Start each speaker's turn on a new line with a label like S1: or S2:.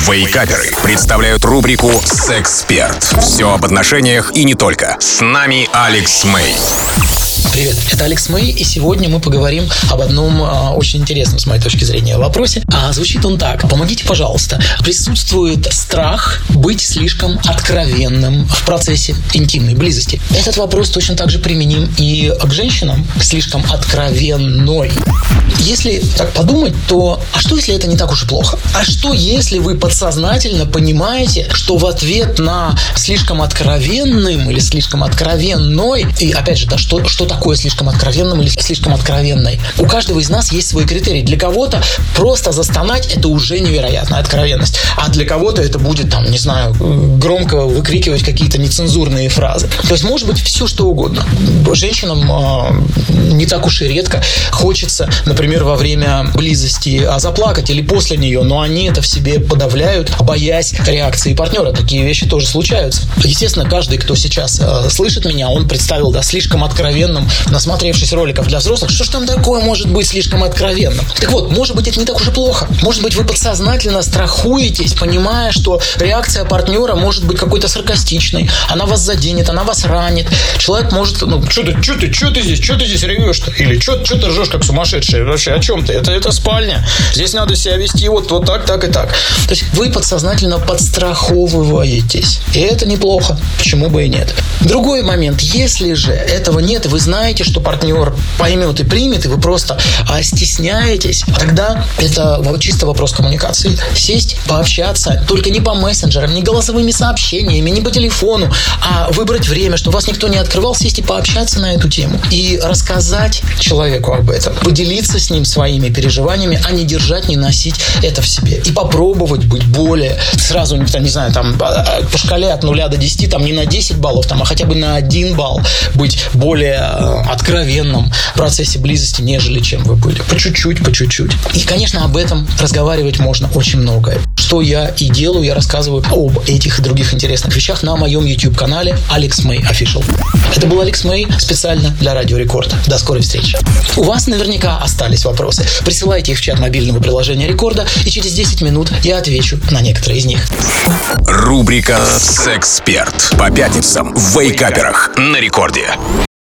S1: Вейкаперы представляют рубрику «Сексперт». Все об отношениях и не только. С нами Алекс Мэй.
S2: Привет, это Алекс Мэй, и сегодня мы поговорим об одном очень интересном, с моей точки зрения, вопросе. Звучит он так. Помогите, пожалуйста. Присутствует страх быть слишком откровенным в процессе интимной близости. Этот вопрос точно так же применим и к женщинам, слишком откровенной. Если так подумать, то а что, если это не так уж и плохо? А что, если вы подсознательно понимаете, что в ответ на слишком откровенным или слишком откровенной, и опять же, да, что такое слишком откровенным или слишком откровенной? У каждого из нас есть свой критерий. Для кого-то просто застонать – это уже невероятная откровенность. А для кого-то это будет, там, не знаю, громко выкрикивать какие-то нецензурные фразы. То есть, может быть, все что угодно. Женщинам не так уж и редко хочется, например, во время близости заплакать или после нее, но они это в себе подавляют, боясь реакции партнера. Такие вещи тоже случаются. Естественно, каждый, кто сейчас слышит меня, он представил, да, слишком откровенным, насмотревшись роликов для взрослых, что ж там такое может быть слишком откровенным? Так вот, может быть, это не так уж и плохо. Может быть, вы подсознательно страхуетесь, понимая, что реакция партнера может быть какой-то саркастичной, она вас заденет, она вас ранит. Человек может, что ты здесь ревешь-то? Или что ты ржешь как сумасшедший? Вообще, о чем ты? Это спальня. Здесь надо себя вести вот так, так и так. То есть вы подсознательно подстраховываетесь. И это неплохо. Почему бы и нет? Другой момент. Если же этого нет, и вы знаете, что партнер поймет и примет, и вы просто стесняетесь, тогда это чисто вопрос коммуникации. Сесть, пообщаться, только не по мессенджерам, не голосовыми сообщениями, не по телефону, а выбрать время, чтобы вас никто не открывал, сесть и пообщаться на эту тему. И рассказать человеку об этом, поделиться с ним своими переживаниями, а не держать, не носить это в себе. И попробовать быть более, сразу, не знаю, там, по шкале от 0 до 10, там, не на 10 баллов, там, а хотя бы на 1 балл быть более откровенным в процессе близости, нежели чем вы были. По чуть-чуть. И, конечно, об этом разговаривать можно очень многое. Что я и делаю, я рассказываю об этих и других интересных вещах на моем YouTube-канале Алекс Мэй Official. Это был Алекс Мэй специально для Радио Рекорд. До скорой встречи. У вас наверняка остались вопросы. Присылайте их в чат мобильного приложения Рекорда, и через 10 минут я отвечу на некоторые из них.
S1: Рубрика «Сексперт» по пятницам в Вейкаперах на Рекорде.